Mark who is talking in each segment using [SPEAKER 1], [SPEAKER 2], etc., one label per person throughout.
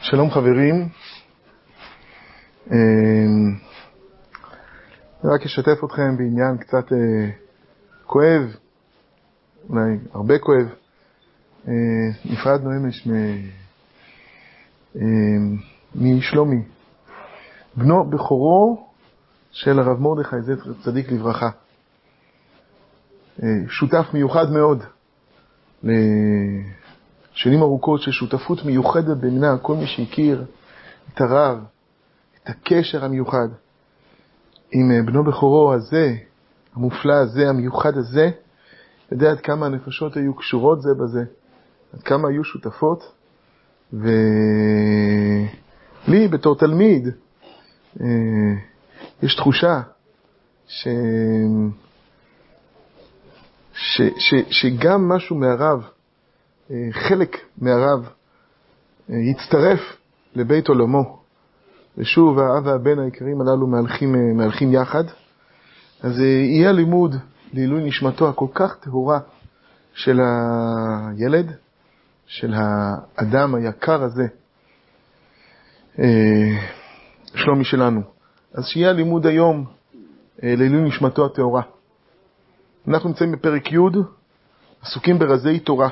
[SPEAKER 1] שלום חברים, רק אשתף אתכם בעניין קצת כואב, אולי הרבה כואב. נפרדנו אמש משלומי, בנו בכורו של הרב מרדכי זצר צדיק לברכה, שותף מיוחד מאוד לשנים ארוכות של שותפות מיוחדת בינה. כל מי שהכיר את הרב, את הקשר המיוחד עם בנו בכורו הזה, המופלא הזה, המיוחד הזה, יודע עד כמה הנפשות היו קשורות זה בזה, עד כמה היו שותפות. ולי בתור תלמיד יש תחושה שגם משהו מהרב, חלק מהרב יצטרף לבית עולמו, ושוב האב והבן היקרים הללו מהלכים יחד. אז יהיה לימוד לעילוי נשמתו הכל כך טהורה של הילד, של האדם היקר הזה, שלומי שלנו. אז שיהיה לימוד היום לעילוי נשמתו הטהורה. אנחנו נמצאים בפרק י', עסוקים ברזי תורה.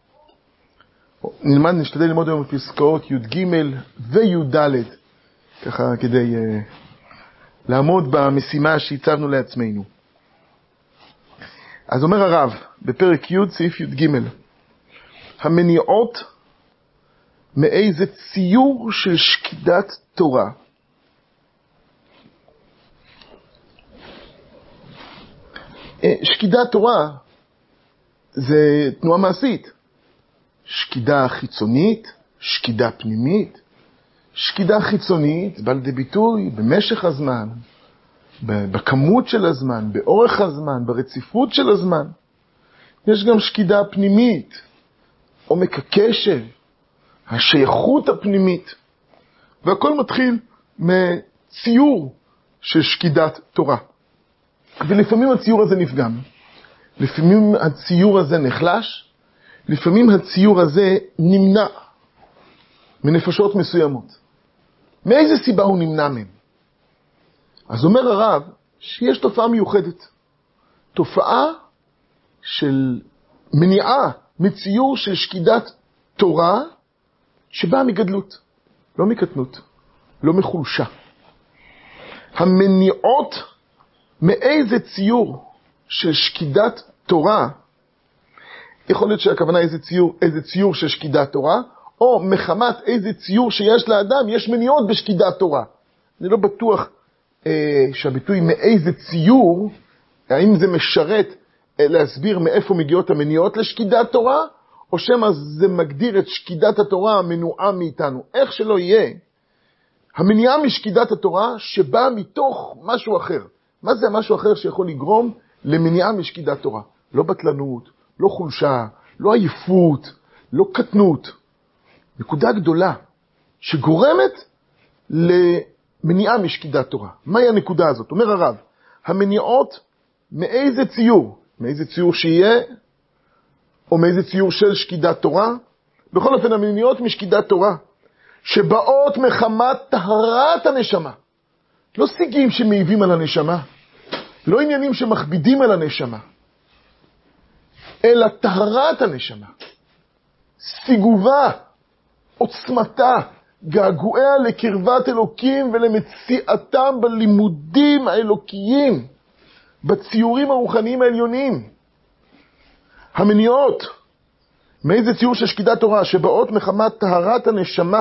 [SPEAKER 1] נשתדל ללמוד היום בפסקאות י' ג' וי' ד', ככה כדי לעמוד במשימה שהצבנו לעצמנו. אז אומר הרב בפרק י' סעיף י' ג', המניעות מאיזה ציור של שקידת תורה. שקידת תורה זה תנועה מעשית. שקידה חיצונית, שקידה פנימית. שקידה חיצונית בא לידי ביטוי במשך הזמן, בכמות של הזמן, באורך הזמן, ברציפות של הזמן. יש גם שקידה פנימית, עומק הקשב, השייכות הפנימית. והכל מתחיל מציור של שקידת תורה. ולפעמים הציור הזה נפגם, לפעמים הציור הזה נחלש, לפעמים הציור הזה נמנע מנפשות מסוימות. מאיזה סיבה הוא נמנע מהם? אז אומר הרב שיש תופעה מיוחדת, תופעה של מניעה מציור של שקידת תורה שבאה מגדלות, לא מקטנות, לא מחולשה. המניעות מאיזה ציור של שקידת תורה, יכול להיות שהכוונה איזה ציור של שקידת תורה, או מחמת איזה ציור שיש לאדם, יש מניעות בשקידת תורה. אני לא בטוח שהביטוי מאיזה ציור, האם זה משרת להסביר מאיפה מגיעות המניעות לשקידת תורה, או שמה זה מגדיר את שקידת התורה המנועה מאיתנו. איך שלא יהיה, המניעה משקידת התורה שבאה מתוך משהו אחר. מה זה משהו אחר שיכול לגרום למניעה משקידת תורה? לא בטלנות, לא חולשה, לא עייפות, לא קטנות. נקודה גדולה שגורמת למניעה משקידת תורה. מהי הנקודה הזאת? אומר הרב, המניעות מאיזה ציור? מאיזה ציור שיהיה, או מאיזה ציור של שקידת תורה? בכל אופן, המניעות משקידת תורה, שבאות מחמת טהרת הנשמה. לא סיגים שמעיבים על הנשמה, לא עניינים שמכבידים על הנשמה, אלא טהרת הנשמה, סיגובה, עוצמתה, געגועיה לקרבת אלוקים ולמציאתם בלימודים האלוקיים, בציורים הרוחניים העליונים. המניעות מאיזה ציור של שקידת תורה שבאות מחמת טהרת הנשמה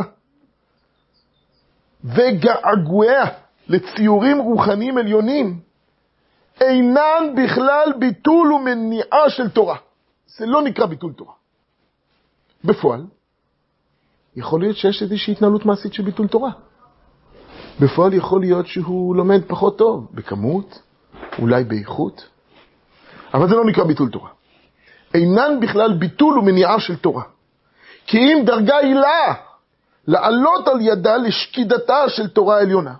[SPEAKER 1] וגעגועיה לציורים רוחניים עליונים, אינן בכלל ביטול ומניעה של תורה. זה לא נקרא ביטול תורה. בפועל, יכול להיות שיש איזושהי התנהלות מעשית של ביטול תורה. בפועל יכול להיות שהוא לומד פחות טוב, בכמות, אולי באיכות, אבל זה לא נקרא ביטול תורה. אינן בכלל ביטול ומניעה של תורה. כי אם דרגה עילה לעלות על ידה לשקידתה של תורה עליונה.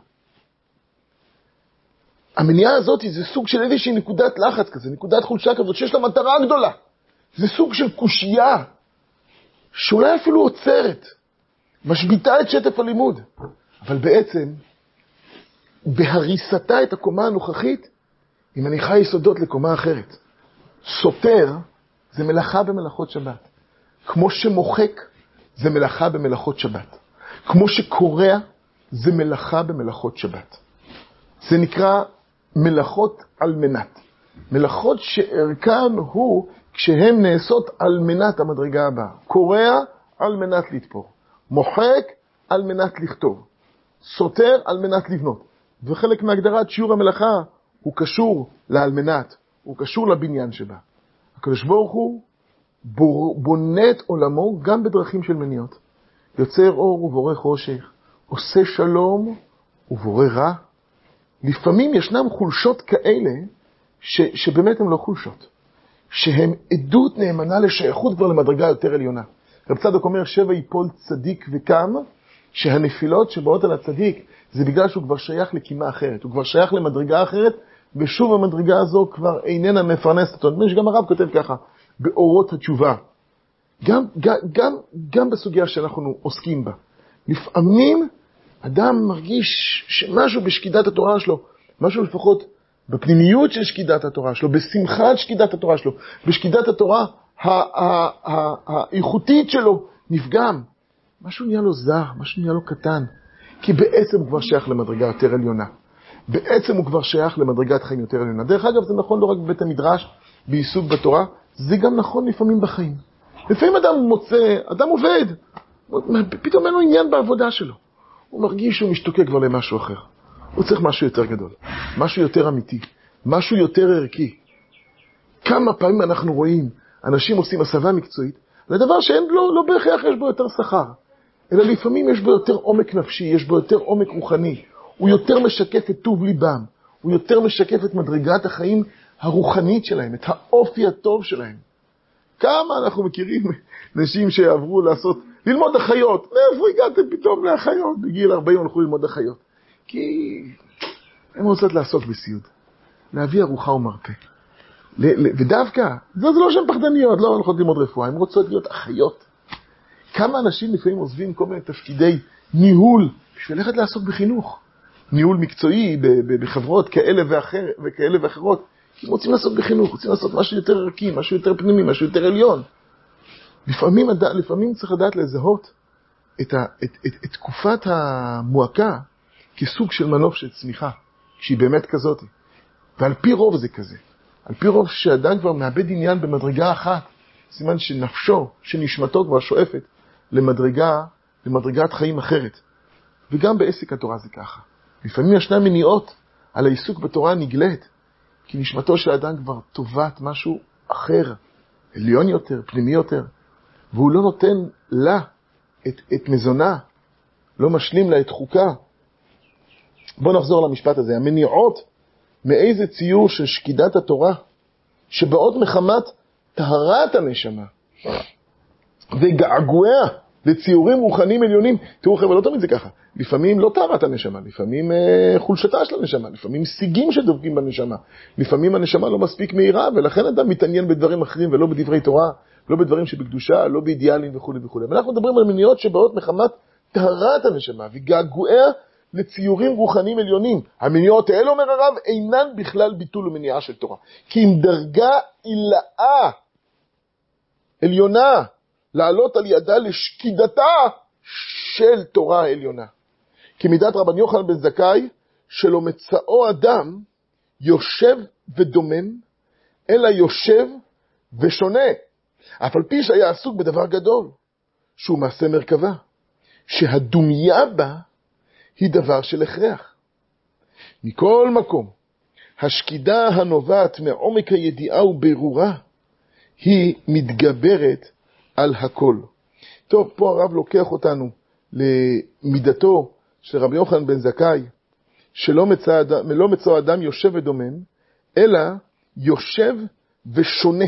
[SPEAKER 1] המניעה הזאת זה סוג של איזושהי נקודת לחץ כזה, נקודת חולשה כזאת שיש לה מטרה גדולה. זה סוג של קושייה שאולי אפילו עוצרת משביטה את שטף הלימוד. אבל בעצם, בהריסתה את הקומה הנוכחית, היא מניחה יסודות לקומה אחרת. סותר זה מלאכה במלאכות שבת. כמו שמוחק זה מלאכה במלאכות שבת. כמו שקורע זה מלאכה במלאכות שבת. זה נקרא מלאכות על מנת. מלאכות שערכן הוא כשהן נעשות על מנת המדרגה הבאה. קורע על מנת לתפור. מוחק על מנת לכתוב. סותר על מנת לבנות. וחלק מהגדרת שיעור המלאכה הוא קשור לעל מנת. הוא קשור לבניין שבה. הקדוש ברוך הוא בונה את עולמו גם בדרכים של מניעות. יוצר אור ובורא חושך. עושה שלום ובורא רע. לפעמים ישנם חולשות כאלה שבאמת הן לא חולשות. שהן עדות נאמנה לשייכות כבר למדרגה יותר עליונה. רב צדוק אומר, 7 ייפול צדיק וקם, שהנפילות שבאות על הצדיק זה בגלל שהוא כבר שייך לקימה אחרת. הוא כבר שייך למדרגה אחרת, ושוב המדרגה הזו כבר איננה מפרנסת אותו. נדמה שגם הרב כותב ככה, באורות התשובה. גם בסוגיה שאנחנו עוסקים בה. לפעמים אדם מרגיש שמשהו בשקידת התורה שלו, משהו לפחות בפנימיות של שקידת התורה שלו, בשמחת שקידת התורה שלו, בשקידת התורה האיכותית שלו, נפגם. משהו נהיה לו זר, משהו נהיה לו קטן. כי בעצם הוא כבר שייך למדרגה יותר עליונה. בעצם הוא כבר שייך למדרגת חיים יותר עליונה. דרך אגב, זה נכון לא רק בבית המדרש, בעיסוק בתורה, זה גם נכון לפעמים בחיים. לפעמים אדם מוצא, אדם עובד, פתאום אין לו עניין בעבודה שלו. הוא מרגיש שהוא משתוקק כבר למשהו אחר. הוא צריך משהו יותר גדול, משהו יותר אמיתי, משהו יותר ערכי. כמה פעמים אנחנו רואים אנשים עושים הסבה מקצועית, לדבר שאין לא בהכרח יש בו יותר שכר, אלא לפעמים יש בו יותר עומק נפשי, יש בו יותר עומק רוחני, הוא יותר משקף את טוב ליבם, הוא יותר משקף את מדרגת החיים הרוחנית שלהם, את האופי הטוב שלהם. כמה אנחנו מכירים נשים שעברו ללמוד אחיות. מאיפה הגעתם פתאום לאחיות? בגיל 40 הלכו ללמוד אחיות. כי הן רוצות לעסוק בסיוד. להביא ארוחה ומרפא. ודווקא, זה לא שהן פחדניות, לא הולכות ללמוד רפואה, הן רוצות להיות אחיות. כמה אנשים לפעמים עוזבים כל מיני תפקידי ניהול, בשביל ללכת לעסוק בחינוך. ניהול מקצועי בחברות כאלה ואחרות. כי הם רוצים לעשות בחינוך, רוצים לעשות משהו יותר ערכי, משהו יותר פנימי, משהו יותר עליון. לפעמים צריך לדעת לזהות את תקופת המועקה כסוג של מנוף של צמיחה, שהיא באמת כזאת. ועל פי רוב זה כזה. על פי רוב שאדם כבר מאבד עניין במדרגה אחת, סימן שנפשו, שנשמתו כבר שואפת למדרגת חיים אחרת. וגם בעסק התורה זה ככה. לפעמים ישנה מניעות על העיסוק בתורה נגלית, כי נשמתו של האדם כבר טובת משהו אחר, עליון יותר, פנימי יותר, והוא לא נותן לה את מזונה, לא משלים לה את חוקה. בואו נחזור למשפט הזה. המניעות מאיזה ציור של שקידת התורה, שבאות מחמת טהרת הנשמה, וגעגועיה לציורים רוחניים עליונים. תראו חבר'ה, לא תמיד זה ככה. לפעמים לא טהרת הנשמה, לפעמים חולשתה של הנשמה, לפעמים סיגים שדבקים בנשמה, לפעמים הנשמה לא מספיק מהירה, ולכן אדם מתעניין בדברים אחרים ולא בדברי תורה, לא בדברים שבקדושה, לא באידיאלים וכו' וכו'. אנחנו מדברים על מניעות שבאות מחמת טהרת הנשמה, וגעגועיה לציורים רוחניים עליונים. המניעות האלה, אומר הרב, אינן בכלל ביטול ומניעה של תורה. כי אם דרגה עילאה עליונה, לעלות על ידה לשקידתה של תורה העליונה. כמידת רבן יוחנן בן זכאי, שלא מצאו אדם יושב ודומם, אלא יושב ושונה. אף על פי שהיה עסוק בדבר גדול, שהוא מעשה מרכבה, שהדומיה בה היא דבר של הכרח. מכל מקום, השקידה הנובעת מעומק הידיעה וברורה, היא מתגברת על הכל. טוב, פה הרב לוקח אותנו למידתו של רבי יוחנן בן זכאי, שלא מצא אדם יושב ודומם, אלא יושב ושונה.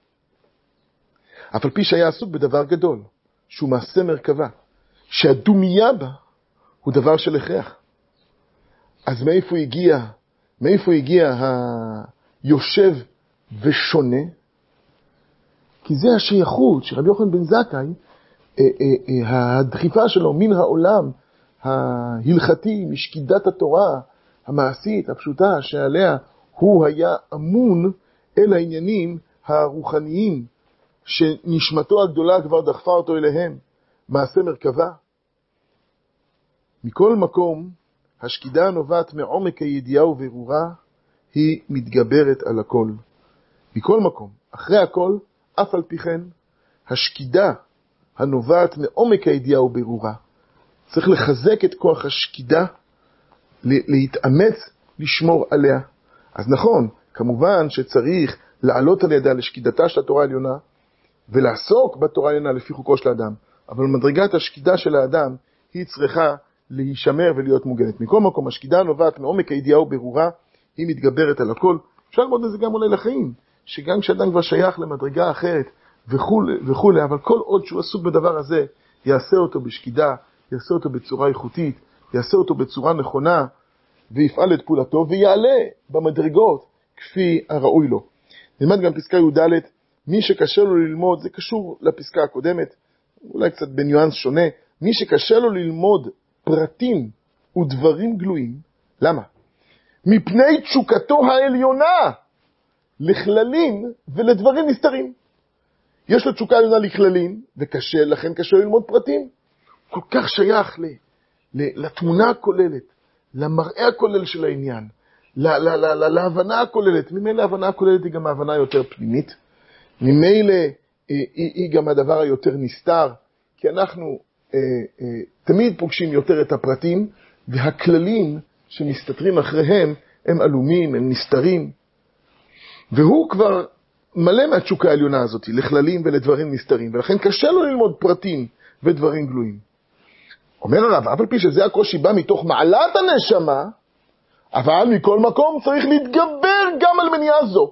[SPEAKER 1] אף על פי שהיה עסוק בדבר גדול, שהוא מעשה מרכבה, שהדומיה בה הוא דבר של הכרח. אז מאיפה הגיע היושב ושונה? כי זה השייכות שרבי יוחנן בן זכאי הדחיפה שלו מן העולם ההלכתי, משקידת התורה המעשית, הפשוטה, שעליה הוא היה אמון, אל העניינים הרוחניים, שנשמתו הגדולה כבר דחפה אותו אליהם, מעשה מרכבה. מכל מקום, השקידה הנובעת מעומק הידיעה וברורה, היא מתגברת על הכל. מכל מקום, אחרי הכל, אף על פי כן, השקידה הנובעת מעומק הידיעה וברורה, צריך לחזק את כוח השקידה, להתאמץ, לשמור עליה. אז נכון, כמובן שצריך לעלות על ידה לשקידתה של התורה העליונה, ולעסוק בתורה העליונה לפי חוקו של האדם, אבל מדרגת השקידה של האדם, היא צריכה להישמר ולהיות מוגנת. מכל מקום, השקידה הנובעת מעומק הידיעה וברורה, היא מתגברת על הכל. אפשר ללמוד את זה גם אולי לחיים, שגם כשאדם כבר שייך למדרגה אחרת, וכו', אבל כל עוד שהוא עסוק בדבר הזה, יעשה אותו בשקידה, יעשה אותו בצורה איכותית, יעשה אותו בצורה נכונה, ויפעל את פעולתו, ויעלה במדרגות כפי הראוי לו. נלמד גם פסקה י"ד, מי שקשה לו ללמוד, זה קשור לפסקה הקודמת, אולי קצת בניואנס שונה, מי שקשה לו ללמוד פרטים ודברים גלויים, למה? מפני תשוקתו העליונה לכללים ולדברים נסתרים. יש לו תשוקה עליונה לכללים, וקשה, לכן קשה ללמוד פרטים. כל כך שייך לתמונה הכוללת, למראה הכולל של העניין, להבנה הכוללת. ממילא ההבנה הכוללת היא גם ההבנה היותר פנימית. ממילא היא גם הדבר היותר נסתר, כי אנחנו תמיד פוגשים יותר את הפרטים, והכללים שמסתתרים אחריהם הם עלומים, הם נסתרים. והוא כבר מלא מהתשוקה העליונה הזאת, לכללים ולדברים נסתרים, ולכן קשה לו ללמוד פרטים ודברים גלויים. אומר הרב, אבל פי שזה הקושי בא מתוך מעלת הנשמה, אבל מכל מקום צריך להתגבר גם על מניעה זו.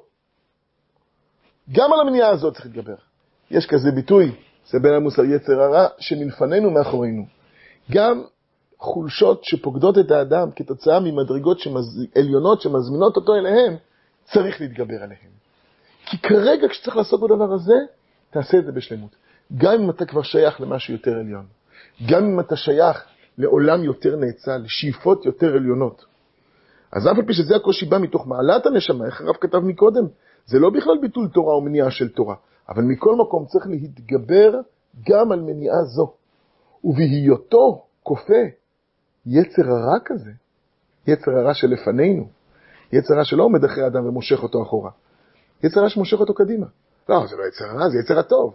[SPEAKER 1] גם על המניעה הזאת צריך להתגבר. יש כזה ביטוי, זה בין המוסר יצר הרע שמלפנינו מאחורינו. גם חולשות שפוקדות את האדם כתוצאה ממדרגות עליונות שמזמינות אותו אליהם, צריך להתגבר עליהם. כי כרגע כשצריך לעשות בדבר הזה, תעשה את זה בשלמות. גם אם אתה כבר שייך למשהו יותר עליון. גם אם אתה שייך לעולם יותר נאצל, לשאיפות יותר עליונות. אז אף על פי שזה הקושי בא מתוך מעלת הנשמה, איך הרב כתב מקודם, זה לא בכלל ביטול תורה או מניעה של תורה. אבל מכל מקום צריך להתגבר גם על מניעה זו. ובהיותו כופה יצר הרע כזה, יצר הרע שלפנינו, יצר הרע שלא עומד אחרי האדם ומושך אותו אחורה. יצר הרע שמושך אותו קדימה. לא, זה לא יצר הרע, זה יצר הטוב.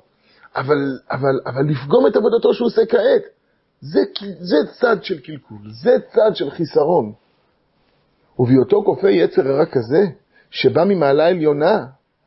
[SPEAKER 1] אבל לפגום את עבודתו שהוא עושה כעת, זה צד של קלקול, זה צד של חיסרון. ובהיותו כופה יצר הרע כזה, שבא ממעלה עליונה,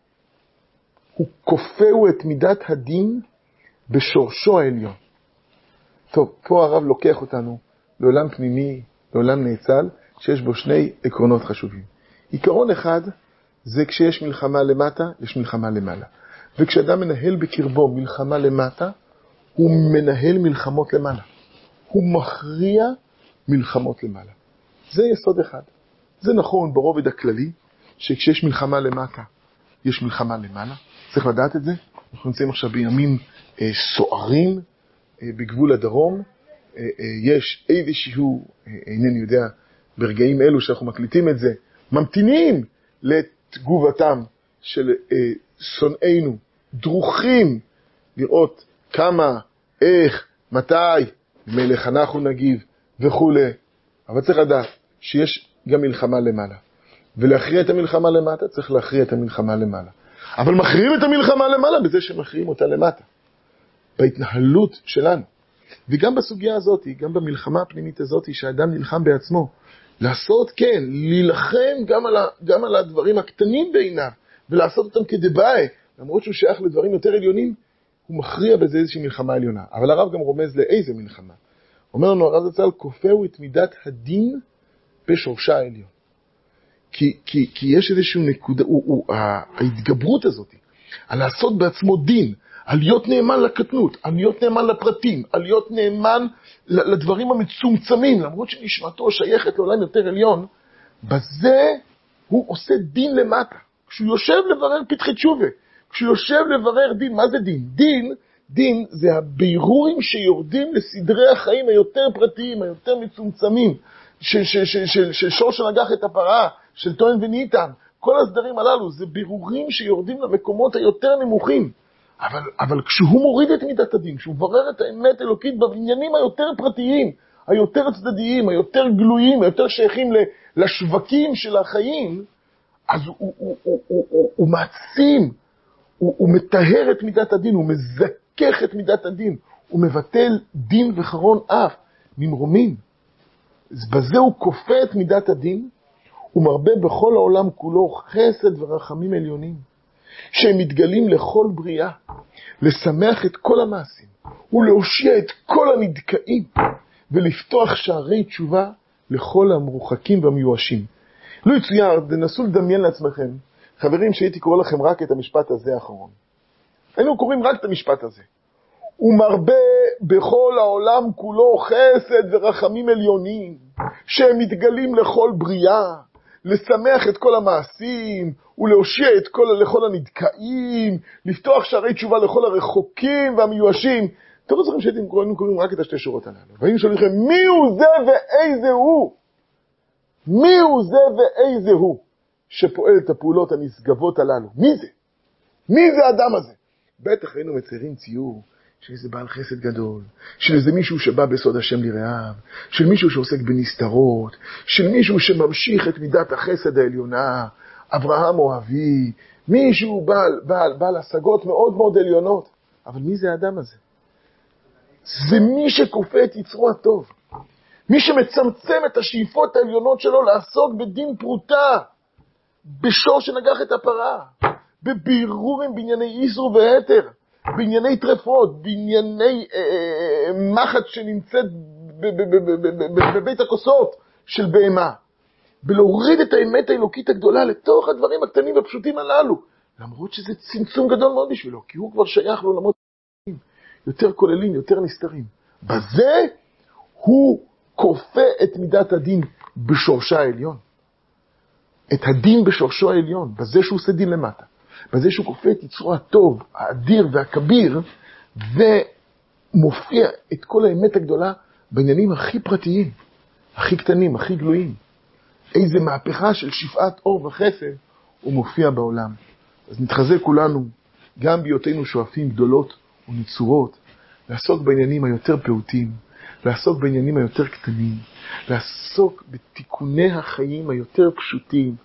[SPEAKER 1] הוא כופהו את מידת הדין בשורשו העליון. טוב, פה הרב לוקח אותנו לעולם פנימי, לעולם נאצל, שיש בו שני עקרונות חשובים. עיקרון אחד, זה כשיש מלחמה למטה, יש מלחמה למעלה. וכשאדם מנהל בקרבו מלחמה למטה, הוא מנהל מלחמות למעלה. הוא מכריע מלחמות למעלה. זה יסוד אחד. זה נכון ברובד הכללי, שכשיש מלחמה למטה, יש מלחמה למעלה. צריך לדעת את זה. אנחנו נמצאים עכשיו בימים סוערים בגבול הדרום. יש איזשהו, אינני יודע, ברגעים אלו שאנחנו מקליטים את זה, ממתינים לתגובתם של שונאינו, דרוכים לראות כמה, איך, מתי, מלך אנחנו נגיב וכו'. אבל צריך לדעת שיש גם מלחמה למעלה. ולהכריע את המלחמה למטה, צריך להכריע את המלחמה למעלה. אבל מכריעים את המלחמה למעלה בזה שמכריעים אותה למטה. בהתנהלות שלנו. וגם בסוגיה הזאת, גם במלחמה הפנימית הזאת, שהאדם נלחם בעצמו, לעשות כן, להילחם גם על הדברים הקטנים בעיניו, ולעשות אותם כדבעי, למרות שהוא שייך לדברים יותר עליונים, הוא מכריע בזה איזושהי מלחמה עליונה. אבל הרב גם רומז לאיזה מלחמה. אומר לנו הרב זצ"ל, כופהו את מידת הדין בשורשה העליון. כי יש איזשהו נקודה, ההתגברות הזאת, על לעשות בעצמו דין, על להיות נאמן לקטנות, על להיות נאמן לפרטים, על להיות נאמן לדברים המצומצמים, למרות שנשמתו שייכת לעולם יותר עליון, בזה הוא עושה דין למטה. כשהוא יושב לברר פתחי תשובה, כשהוא יושב לברר דין, מה זה דין? דין דין זה הבירורים שיורדים לסדרי החיים היותר פרטיים, היותר מצומצמים, של שור שנגח את הפרה, של טוען וניתן. כל הסדרים הללו זה בירורים שיורדים למקומות היותר נמוכים. אבל כשהוא מוריד את מידת הדין, כשהוא מברר את האמת אלוקית בעניינים היותר פרטיים, היותר צדדיים, היותר גלויים, היותר שייכים לשווקים של החיים, אז הוא מעצים, הוא מטהר את מידת הדין, הוא מזכך את מידת הדין, הוא מבטל דין וחרון אף ממרומים. בזה הוא כופה את מידת הדין, הוא מרבה בכל העולם כולו חסד ורחמים עליונים, שהם מתגלים לכל בריאה, לשמח את כל המעשים, ולהושיע את כל הנדכאים, ולפתוח שערי תשובה לכל המרוחקים והמיואשים. לא יצויר, תנסו לדמיין לעצמכם, חברים, שהייתי קורא לכם רק את המשפט הזה האחרון. היינו קוראים רק את המשפט הזה. הוא מרבה בכל העולם כולו חסד ורחמים עליונים, שהם מתגלים לכל בריאה, לשמח את כל המעשים, ולהושיע את לכל הנדכאים, לפתוח שערי תשובה לכל הרחוקים והמיואשים. אתם לא זוכרים שהיינו קוראים רק את השתי שורות הללו. והיינו שואלים לכם, מי הוא זה ואיזה הוא? מי הוא זה ואיזה הוא שפועל את הפעולות הנשגבות הללו? מי זה? מי זה האדם הזה? בטח היינו מציירים ציור של איזה בעל חסד גדול, של איזה מישהו שבא בסוד השם לרעיו, של מישהו שעוסק בנסתרות, של מישהו שממשיך את מידת החסד העליונה, אברהם או אבי, מישהו בעל השגות מאוד מאוד עליונות. אבל מי זה האדם הזה? זה מי שכופה את יצרו הטוב. מי שמצמצם את השאיפות העליונות שלו לעסוק בדין פרוטה, בשור שנגח את הפרה, בבירורים בענייני איסור והתר, בענייני טרפות, בענייני מחט שנמצאת בבית הכוסות של בהמה, בלהוריד את האמת האלוקית הגדולה לתוך הדברים הקטנים והפשוטים הללו, למרות שזה צמצום גדול מאוד בשבילו, כי הוא כבר שייך לעולמות יותר כוללים, יותר נסתרים. בזה הוא כופה את מידת הדין בשורשה העליון. את הדין בשורשו העליון, בזה שהוא עושה דין למטה. בזה שהוא כופה את יצרו הטוב, האדיר והכביר, ומופיע את כל האמת הגדולה בעניינים הכי פרטיים, הכי קטנים, הכי גלויים. איזה מהפכה של שפעת אור וחסד הוא מופיע בעולם. אז נתחזק כולנו, גם בהיותנו שואפים גדולות ונצורות, לעסוק בעניינים היותר פעוטים, לעסוק בעניינים היותר קטנים, לעסוק בתיקוני החיים היותר פשוטים,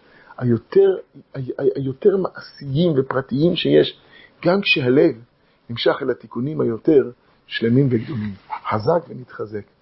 [SPEAKER 1] היותר מעשיים ופרטיים שיש, גם כשהלב נמשך אל התיקונים היותר שלמים וגדולים. חזק ונתחזק.